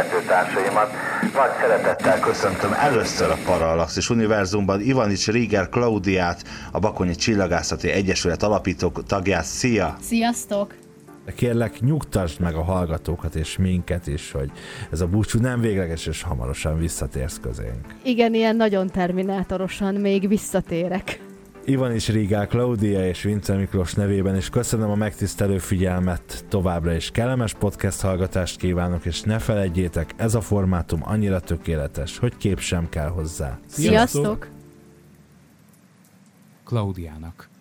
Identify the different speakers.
Speaker 1: szerkesztőtársaimat. Nagy szeretettel köszöntöm először a Parallaxis univerzumban Ivanics Rieger Klaudiát, a Bakonyi Csillagászati Egyesület alapító tagját. Szia!
Speaker 2: Sziasztok!
Speaker 3: Kérlek, nyugtasd meg a hallgatókat és minket is, hogy ez a búcsú nem végleges, és hamarosan visszatérsz közénk.
Speaker 2: Igen, ilyen nagyon terminátorosan még visszatérek.
Speaker 3: Ivanics Rieger Klaudia és Vince Miklós nevében is köszönöm a megtisztelő figyelmet, továbbra is kellemes podcast hallgatást kívánok, és ne feledjétek, ez a formátum annyira tökéletes, hogy kép sem kell hozzá.
Speaker 2: Sziasztok!
Speaker 4: Klaudiának.